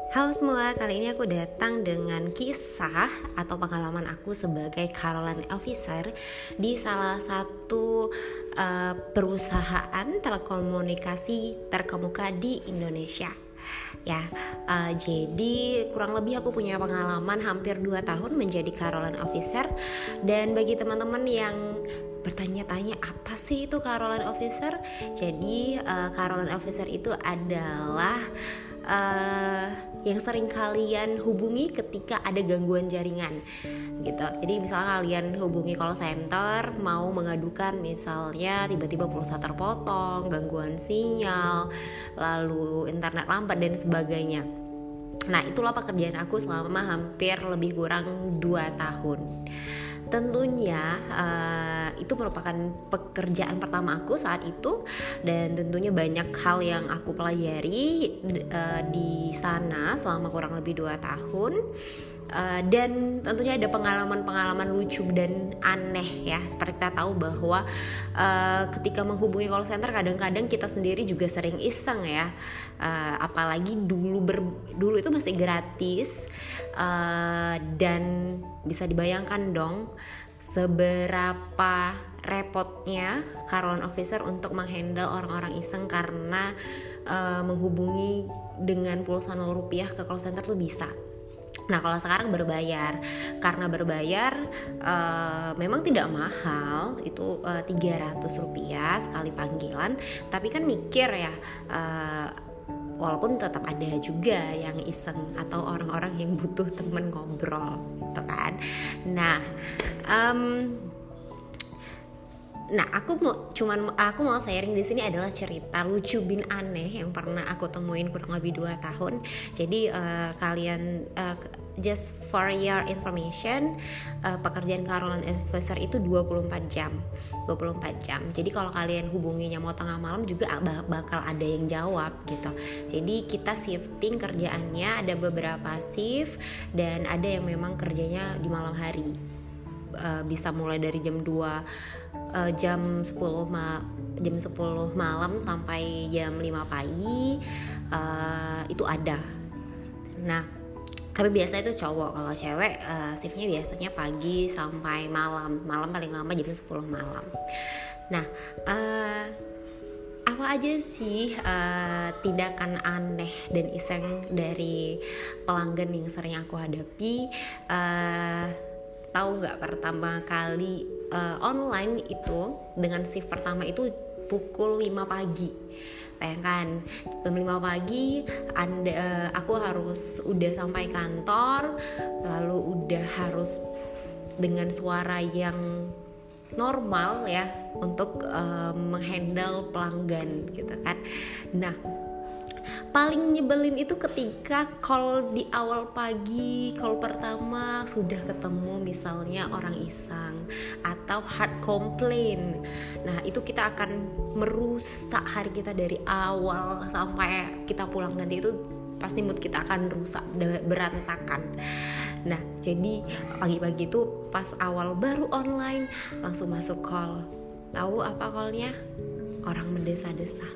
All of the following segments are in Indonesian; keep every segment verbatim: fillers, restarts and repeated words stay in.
Halo semua, kali ini aku datang dengan kisah atau pengalaman aku sebagai Caroline Officer di salah satu uh, perusahaan telekomunikasi terkemuka di Indonesia. Ya, uh, jadi kurang lebih aku punya pengalaman hampir dua tahun menjadi Caroline Officer. Dan bagi teman-teman yang bertanya-tanya apa sih itu Caroline Officer? Jadi uh, Caroline Officer itu adalah uh, yang sering kalian hubungi ketika ada gangguan jaringan gitu. Jadi misalnya kalian hubungi call center mau mengadukan misalnya tiba-tiba pulsa terpotong, gangguan sinyal, lalu internet lambat dan sebagainya. Nah, itulah pekerjaan aku selama hampir lebih kurang dua tahun. Tentunya uh, itu merupakan pekerjaan pertama aku saat itu, dan tentunya banyak hal yang aku pelajari uh, di sana selama kurang lebih dua tahun. Uh, dan tentunya ada pengalaman-pengalaman lucu dan aneh ya. Seperti kita tahu bahwa uh, ketika menghubungi call center kadang-kadang kita sendiri juga sering iseng ya. Uh, apalagi dulu ber, dulu itu masih gratis, uh, dan bisa dibayangkan dong seberapa repotnya Caroline Officer untuk menghandle orang-orang iseng karena uh, menghubungi dengan pulsa nol rupiah ke call center tuh bisa. Nah, kalau sekarang berbayar, karena berbayar uh, memang tidak mahal, itu uh, tiga ratus rupiah sekali panggilan, tapi kan mikir ya, uh, walaupun tetap ada juga yang iseng atau orang-orang yang butuh temen ngobrol gitu kan. Nah, um, Nah, aku mau cuman aku mau sharing di sini adalah cerita lucu bin aneh yang pernah aku temuin kurang lebih dua tahun. Jadi uh, kalian uh, just for your information, uh, pekerjaan Caroline Officer itu dua puluh empat jam. dua puluh empat jam. Jadi kalau kalian hubunginya mau tengah malam juga bakal ada yang jawab gitu. Jadi kita shifting kerjaannya, ada beberapa shift dan ada yang memang kerjanya di malam hari. Uh, bisa mulai dari jam dua uh, jam sepuluh ma- jam sepuluh malam sampai jam lima pagi, uh, itu ada. Nah, tapi biasanya itu cowok. Kalau cewek uh, shiftnya biasanya pagi sampai malam. Malam paling lama jam sepuluh malam. Nah, uh, apa aja sih uh, tindakan aneh dan iseng dari pelanggan yang sering aku hadapi? Uh, Tahu nggak, pertama kali uh, online itu dengan shift pertama itu pukul lima pagi. Bayangkan jam lima pagi anda, uh, aku harus udah sampai kantor, lalu udah harus dengan suara yang normal ya untuk uh, menghandle pelanggan gitu kan. Nah, paling nyebelin itu ketika call di awal pagi, call pertama sudah ketemu misalnya orang iseng atau hard complaint. Nah, itu kita akan merusak hari kita dari awal sampai kita pulang nanti, itu pasti mood kita akan rusak, berantakan. Nah, jadi pagi-pagi itu pas awal baru online langsung masuk call. Tahu apa callnya? Orang mendesa-desa.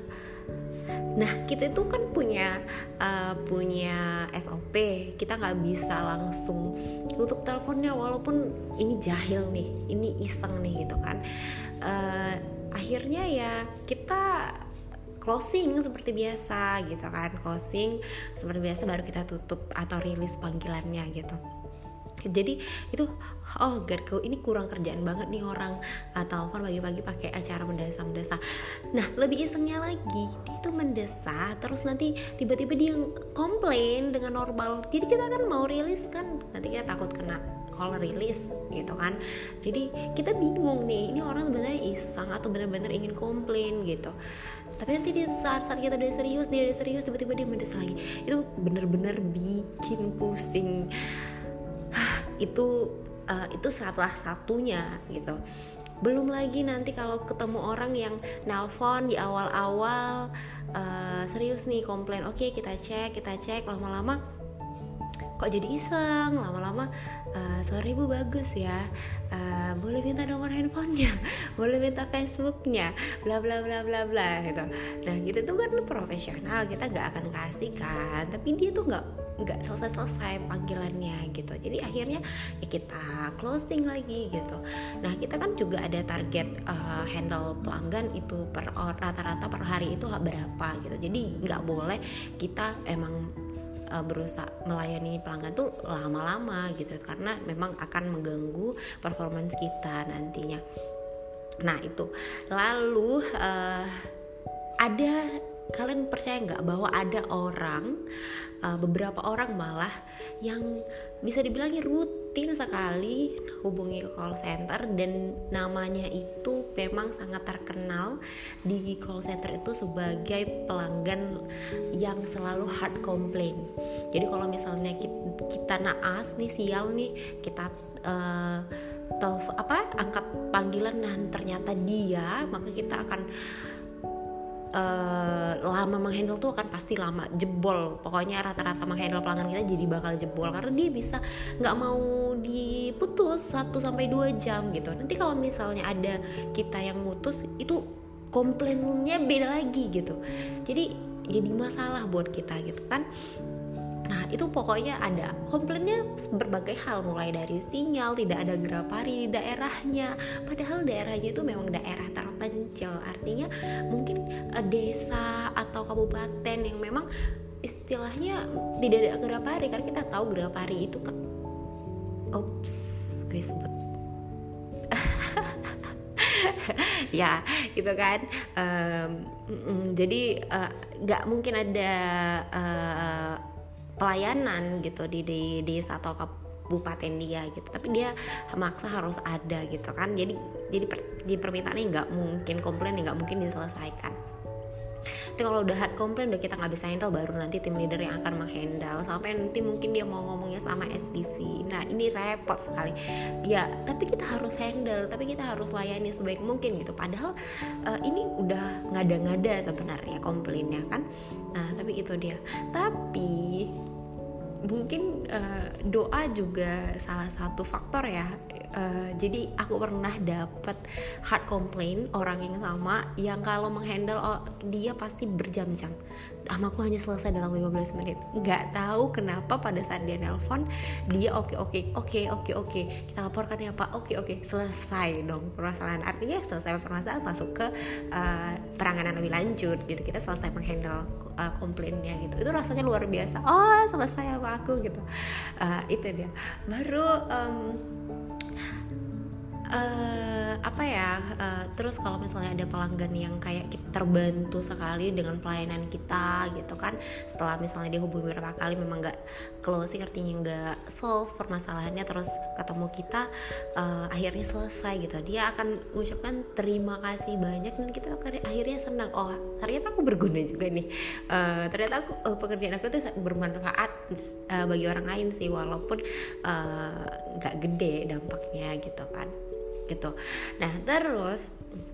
Nah, kita itu kan punya uh, punya S O P, kita nggak bisa langsung tutup teleponnya walaupun ini jahil nih, ini iseng nih gitu kan. Uh, akhirnya ya kita closing seperti biasa gitu kan, closing seperti biasa baru kita tutup atau rilis panggilannya gitu. Jadi itu oh god, ini kurang kerjaan banget nih orang uh, telepon pagi-pagi pakai acara mendesa-mendesa. Nah, lebih isengnya lagi, dia itu mendesa terus nanti tiba-tiba dia komplain dengan normal. Jadi kita kan mau rilis kan, nanti kita takut kena call rilis gitu kan. Jadi kita bingung nih, ini orang sebenarnya iseng atau benar-benar ingin komplain gitu. Tapi nanti di saat-saat kita udah serius, dia udah serius, tiba-tiba dia mendesa lagi. Itu benar-benar bikin pusing. Itu uh, itu salah satunya gitu. Belum lagi nanti kalau ketemu orang yang nelpon di awal-awal uh, serius nih komplain, oke okay, kita cek kita cek lama-lama kok jadi iseng, lama-lama uh, sorry bu bagus ya, uh, boleh minta nomor handphonenya, boleh minta Facebooknya, bla bla bla bla bla gitu. Nah gitu tuh kan profesional, kita nggak akan kasih kan, tapi dia tuh nggak nggak selesai-selesai panggilannya gitu. Jadi akhirnya ya kita closing lagi gitu. Nah kita kan juga ada target uh, handle pelanggan itu per rata-rata per hari itu berapa gitu. Jadi nggak boleh kita emang uh, berusaha melayani pelanggan tuh lama-lama gitu, karena memang akan mengganggu performance kita nantinya. Nah itu lalu uh, ada, kalian percaya nggak bahwa ada orang, uh, beberapa orang malah yang bisa dibilangnya rutin sekali hubungi call center, dan namanya itu memang sangat terkenal di call center itu sebagai pelanggan yang selalu hard complain. Jadi kalau misalnya kita, kita naas nih, sial nih, kita uh, telf- apa angkat panggilan dan ternyata dia, maka kita akan Uh, lama menghandle tuh akan pasti lama, jebol. Pokoknya rata-rata menghandle pelanggan kita jadi bakal jebol, karena dia bisa nggak mau diputus satu sampai dua jam gitu. Nanti kalau misalnya ada kita yang mutus, itu komplainnya beda lagi gitu. Jadi jadi masalah buat kita gitu kan. Nah itu pokoknya ada komplainnya berbagai hal, mulai dari sinyal, tidak ada grafari di daerahnya, padahal daerahnya itu memang daerah terpencil, artinya mungkin uh, desa atau kabupaten yang memang istilahnya tidak ada grafari, karena kita tahu grafari itu kan, ups gue sebut ya gitu kan. um, jadi nggak uh, mungkin ada uh, pelayanan gitu di, di desa atau kabupaten dia gitu, tapi dia maksa harus ada gitu kan. Jadi jadi per, di permintaannya nggak mungkin, komplain nggak mungkin diselesaikan. Tapi kalau udah hard komplain, udah kita nggak bisa handle, baru nanti tim leader yang akan menghandle, sampai nanti mungkin dia mau ngomongnya sama S D V. Nah ini repot sekali ya, tapi kita harus handle, tapi kita harus layani sebaik mungkin gitu. Padahal uh, ini udah ngada-ngada sebenarnya komplainnya kan. Nah tapi itu dia. Tapi mungkin uh, doa juga salah satu faktor ya. Uh, jadi aku pernah dapat hard complaint orang yang sama, yang kalau menghandle oh, dia pasti berjam-jam. Sama aku hanya selesai dalam lima belas menit. Nggak tahu kenapa pada saat dia nelpon dia oke oke oke oke oke kita laporkan ya Pak, oke oke selesai dong permasalahan. Artinya selesai permasalahan, masuk ke uh, penanganan lebih lanjut gitu. Kita selesai menghandle uh, komplainnya gitu. Itu rasanya luar biasa. Oh selesai sama aku gitu. Uh, itu dia. Baru um, Uh, apa ya uh, terus kalau misalnya ada pelanggan yang kayak kita terbantu sekali dengan pelayanan kita gitu kan, setelah misalnya dia hubungi beberapa kali memang nggak closing, artinya nggak solve permasalahannya, terus ketemu kita uh, akhirnya selesai gitu, dia akan mengucapkan terima kasih banyak, dan kita akhirnya senang, oh ternyata aku berguna juga nih, uh, ternyata aku uh, pekerjaan aku tuh bermanfaat uh, bagi orang lain sih, walaupun nggak uh, gede dampaknya gitu kan gitu. Nah terus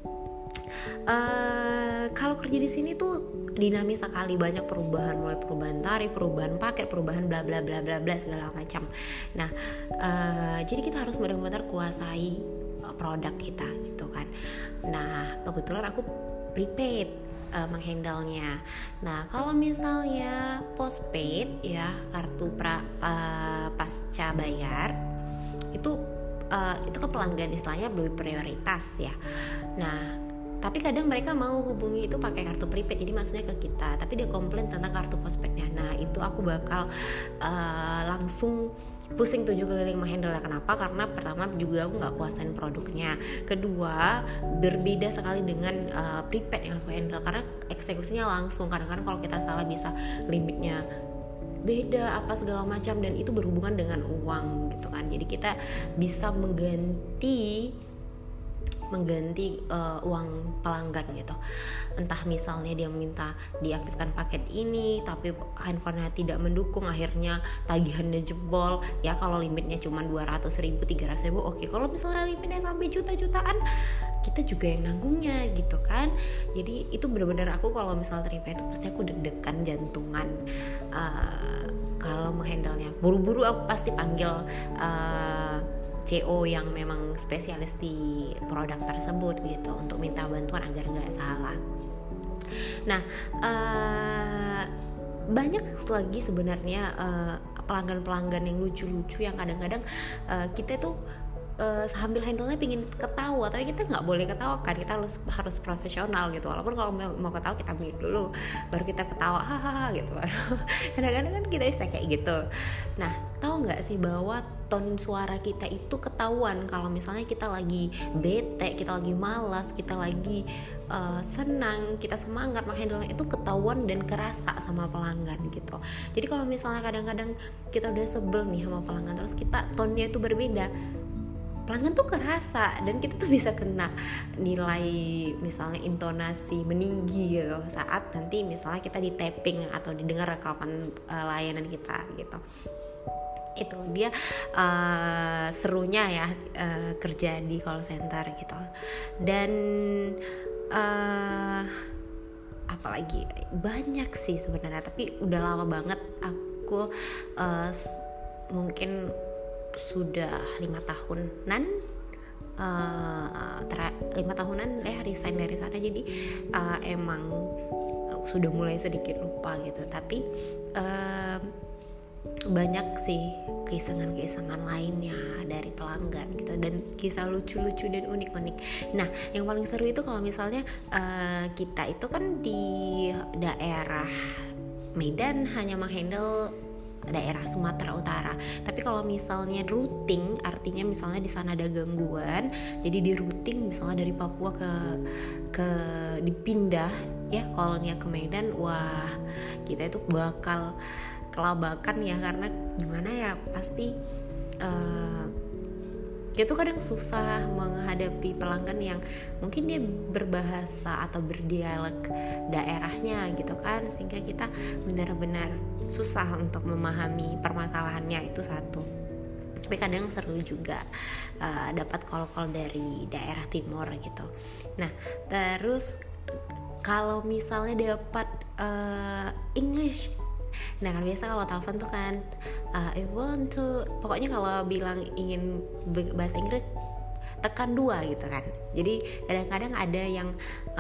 uh, kalau kerja di sini tuh dinamis sekali, banyak perubahan, mulai perubahan tarif, perubahan paket, perubahan bla bla bla bla bla segala macam. Nah uh, jadi kita harus benar-benar kuasai uh, produk kita gitu kan. Nah kebetulan aku prepaid uh, menghandle-nya. Nah kalau misalnya postpaid ya, kartu pra, uh, pasca bayar itu Uh, itu ke pelanggan istilahnya lebih prioritas ya. Nah tapi kadang mereka mau hubungi itu pakai kartu prepaid, jadi maksudnya ke kita, tapi dia komplain tentang kartu postpaidnya. Nah itu aku bakal uh, langsung pusing tujuh keliling menghandle. Kenapa? Karena pertama juga aku nggak kuasain produknya, kedua berbeda sekali dengan uh, prepaid yang aku handle karena eksekusinya langsung. Kadang-kadang kalau kita salah bisa limitnya beda apa segala macam, dan itu berhubungan dengan uang gitu kan. Jadi kita bisa mengganti mengganti uh, uang pelanggan gitu. Entah misalnya dia minta diaktifkan paket ini tapi handphonenya tidak mendukung, akhirnya tagihannya jebol. Ya kalau limitnya cuma dua ratus ribu, tiga ratus ribu oke. Kalau misalnya limitnya sampai juta-jutaan, kita juga yang nanggungnya gitu kan. Jadi itu benar-benar aku kalau misalnya terima itu pasti aku deg-degan, jantungan. Uh, kalau menghandle-nya buru-buru aku pasti panggil uh, C O yang memang spesialis di produk tersebut gitu untuk minta bantuan agar nggak salah. Nah uh, banyak lagi sebenarnya uh, pelanggan-pelanggan yang lucu-lucu yang kadang-kadang uh, kita tuh Uh, sambil handle-nya pingin ketawa, tapi kita nggak boleh ketawa kan, kita harus harus profesional gitu. Walaupun kalau mau, mau ketawa kita mute dulu, baru kita ketawa hahaha gitu. Kadang-kadang kan kita bisa kayak gitu. Nah, tahu nggak sih bahwa tone suara kita itu ketahuan kalau misalnya kita lagi bete, kita lagi malas, kita lagi uh, senang, kita semangat, maka handle-nya itu ketahuan dan kerasa sama pelanggan gitu. Jadi kalau misalnya kadang-kadang kita udah sebel nih sama pelanggan, terus kita tone-nya itu berbeda, pelanggan tuh kerasa, dan kita tuh bisa kena nilai misalnya intonasi meninggi gitu saat nanti misalnya kita di tapping atau didengar rekaman uh, layanan kita gitu. Itu dia uh, serunya ya uh, kerja di call center gitu. Dan uh, apalagi banyak sih sebenarnya, tapi udah lama banget aku uh, mungkin sudah lima tahunan uh, ter- lima tahunan deh resign dari sana, jadi uh, emang sudah mulai sedikit lupa gitu. Tapi uh, banyak sih keisengan-keisengan lainnya dari pelanggan gitu, dan kisah lucu-lucu dan unik-unik. Nah, yang paling seru itu kalau misalnya uh, kita itu kan di daerah Medan hanya menghandle daerah Sumatera Utara. Tapi kalau misalnya routing, artinya misalnya di sana ada gangguan, jadi di routing misalnya dari Papua ke ke dipindah ya call-nya ke Medan, wah kita itu bakal kelabakan ya, karena gimana ya, pasti uh, itu kadang susah menghadapi pelanggan yang mungkin dia berbahasa atau berdialek daerahnya gitu kan, sehingga kita benar-benar susah untuk memahami permasalahannya, itu satu. Tapi kadang seru juga uh, dapat call-call dari daerah timur gitu. Nah, terus kalau misalnya dapat uh, English, nah kan biasa kalau telepon tuh kan uh, I want to, pokoknya kalau bilang ingin bahasa Inggris tekan dua gitu kan. Jadi kadang-kadang ada yang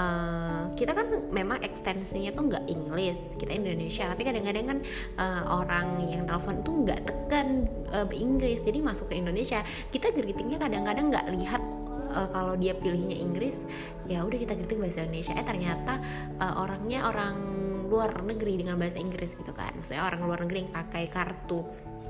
uh, kita kan memang ekstensinya tuh nggak English, kita Indonesia, tapi kadang-kadang kan uh, orang yang telepon tuh nggak tekan uh, Inggris, jadi masuk ke Indonesia kita greetingnya kadang-kadang nggak lihat uh, kalau dia pilihnya Inggris, ya udah kita greeting bahasa Indonesia, eh ternyata uh, orangnya orang luar negeri dengan bahasa Inggris gitu kan, maksudnya orang luar negeri yang pakai kartu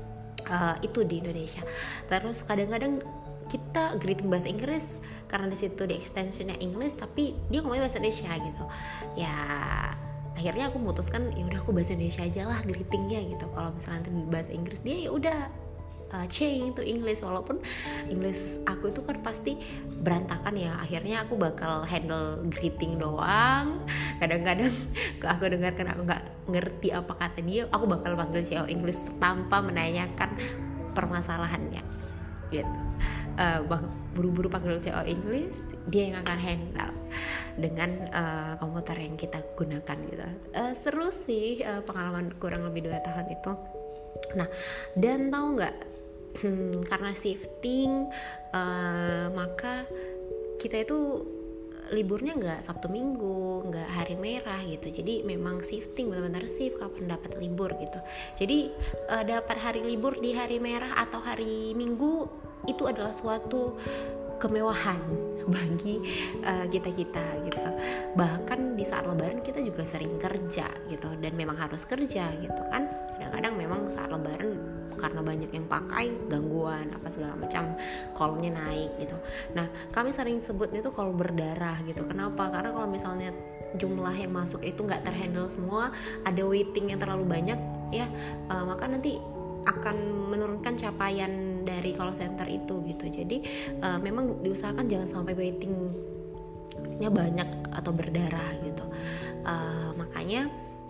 uh, itu di Indonesia. Terus kadang-kadang kita greeting bahasa Inggris karena di situ di extensionnya English, tapi dia ngomongnya bahasa Indonesia gitu. Ya akhirnya aku memutuskan ya udah aku bahasa Indonesia aja lah greetingnya gitu. Kalau misalnya nanti bahasa Inggris dia ya udah uh, change to English, walaupun English aku itu kan pasti berantakan ya. Akhirnya aku bakal handle greeting doang. Kadang-kadang aku dengarkan aku nggak ngerti apa kata dia, aku bakal panggil C E O English tanpa menanyakan permasalahannya gitu. Uh, buru-buru panggil C E O English, dia yang akan handle dengan uh, komputer yang kita gunakan gitu. Uh, seru sih uh, pengalaman kurang lebih dua tahun itu. Nah, dan tahu nggak, hmm, karena shifting, uh, maka kita itu liburnya nggak Sabtu Minggu, nggak hari merah gitu. Jadi memang shifting, benar-benar shift kapan dapat libur gitu. Jadi uh, dapat hari libur di hari merah atau hari Minggu itu adalah suatu kemewahan bagi uh, kita-kita gitu. Bahkan di saat lebaran kita juga sering kerja gitu, dan memang harus kerja gitu kan. Kadang-kadang memang saat lebaran karena banyak yang pakai, gangguan apa segala macam, call-nya naik gitu. Nah, kami sering sebutnya itu call berdarah gitu. Kenapa? Karena kalau misalnya jumlah yang masuk itu nggak terhandle semua, ada waiting yang terlalu banyak ya, uh, maka nanti akan menurunkan capaian dari call center itu gitu. Jadi uh, memang diusahakan jangan sampai waitingnya banyak atau berdarah gitu. Uh, makanya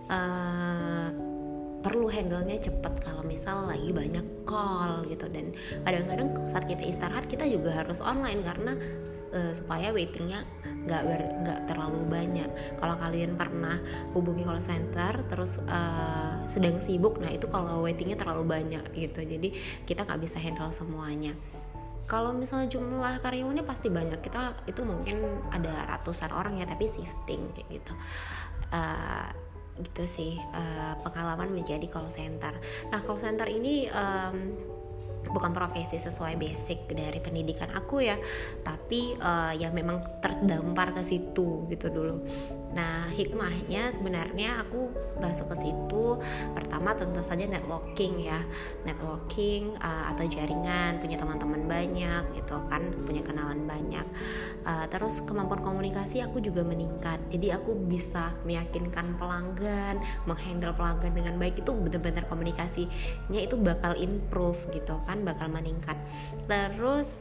uh, perlu handle-nya cepat kalau misal lagi banyak call gitu. Dan kadang-kadang saat kita istirahat kita juga harus online karena uh, supaya waitingnya nggak nggak terlalu banyak. Kalau kalian pernah hubungi call center terus uh, sedang sibuk, nah itu kalau waitingnya terlalu banyak gitu, jadi kita nggak bisa handle semuanya. Kalau misalnya jumlah karyawannya pasti banyak, kita itu mungkin ada ratusan orang ya, tapi shifting kayak gitu. Uh, gitu sih uh, pengalaman menjadi call center. Nah call center ini um, bukan profesi sesuai basic dari pendidikan aku ya, tapi uh, ya memang terdampar ke situ gitu dulu. Nah hikmahnya sebenarnya aku masuk ke situ pertama tentu saja networking ya, networking uh, atau jaringan, punya teman-teman banyak gitu kan, punya kenalan banyak. Uh, terus kemampuan komunikasi aku juga meningkat, jadi aku bisa meyakinkan pelanggan, menghandle pelanggan dengan baik. Itu benar-benar komunikasinya itu bakal improve gitu kan, bakal meningkat. Terus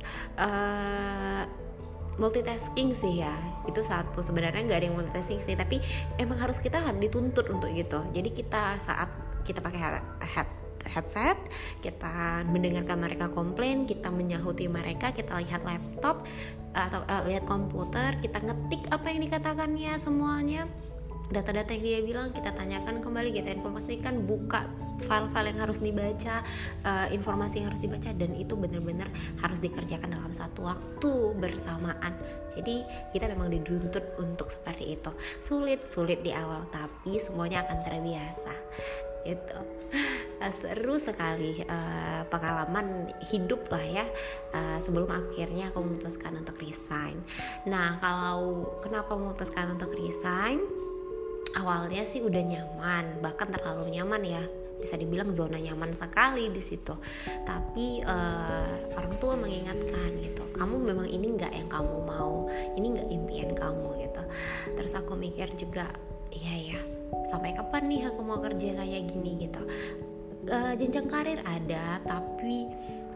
uh, multitasking sih ya, itu satu. Sebenarnya nggak ada yang multitasking sih, tapi emang harus kita harus dituntut untuk gitu. Jadi kita saat kita pakai head, headset, kita mendengarkan mereka komplain, kita menyahuti mereka, kita lihat laptop atau uh, lihat komputer, kita ngetik apa yang dikatakannya semuanya, data-data yang dia bilang kita tanyakan kembali, kita informasikan, buka file-file yang harus dibaca, uh, informasi yang harus dibaca, dan itu benar-benar harus dikerjakan dalam satu waktu bersamaan. Jadi kita memang dituntut untuk seperti itu. Sulit, sulit di awal, tapi semuanya akan terbiasa. Itu uh, seru sekali uh, pengalaman hidup lah ya. Uh, sebelum akhirnya aku memutuskan untuk resign. Nah kalau kenapa memutuskan untuk resign? Awalnya sih udah nyaman, bahkan terlalu nyaman ya, bisa dibilang zona nyaman sekali di situ. Tapi uh, orang tua mengingatkan gitu, kamu memang ini nggak yang kamu mau, ini nggak impian kamu gitu. Terus aku mikir juga, iya ya, sampai kapan nih aku mau kerja kayak gini gitu. Uh, jenjang karir ada, tapi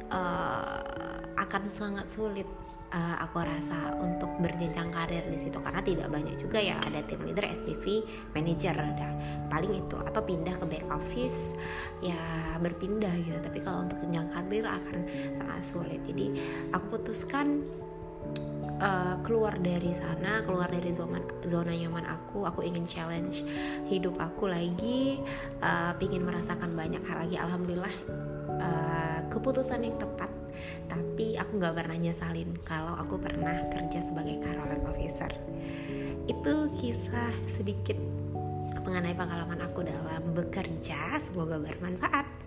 uh, akan sangat sulit. Uh, aku rasa untuk berjenjang karir di situ karena tidak banyak juga ya, ada team leader, S P V, manager, ada paling itu, atau pindah ke back office ya, berpindah gitu. Tapi kalau untuk jenjang karir akan sangat sulit. Jadi aku putuskan uh, keluar dari sana, keluar dari zona zona nyaman aku. Aku ingin challenge hidup aku lagi, uh, ingin merasakan banyak hal lagi. Alhamdulillah uh, keputusan yang tepat. Tapi aku gak pernah nyesalin kalau aku pernah kerja sebagai Caroline Officer. Itu kisah sedikit mengenai pengalaman aku dalam bekerja. Semoga bermanfaat.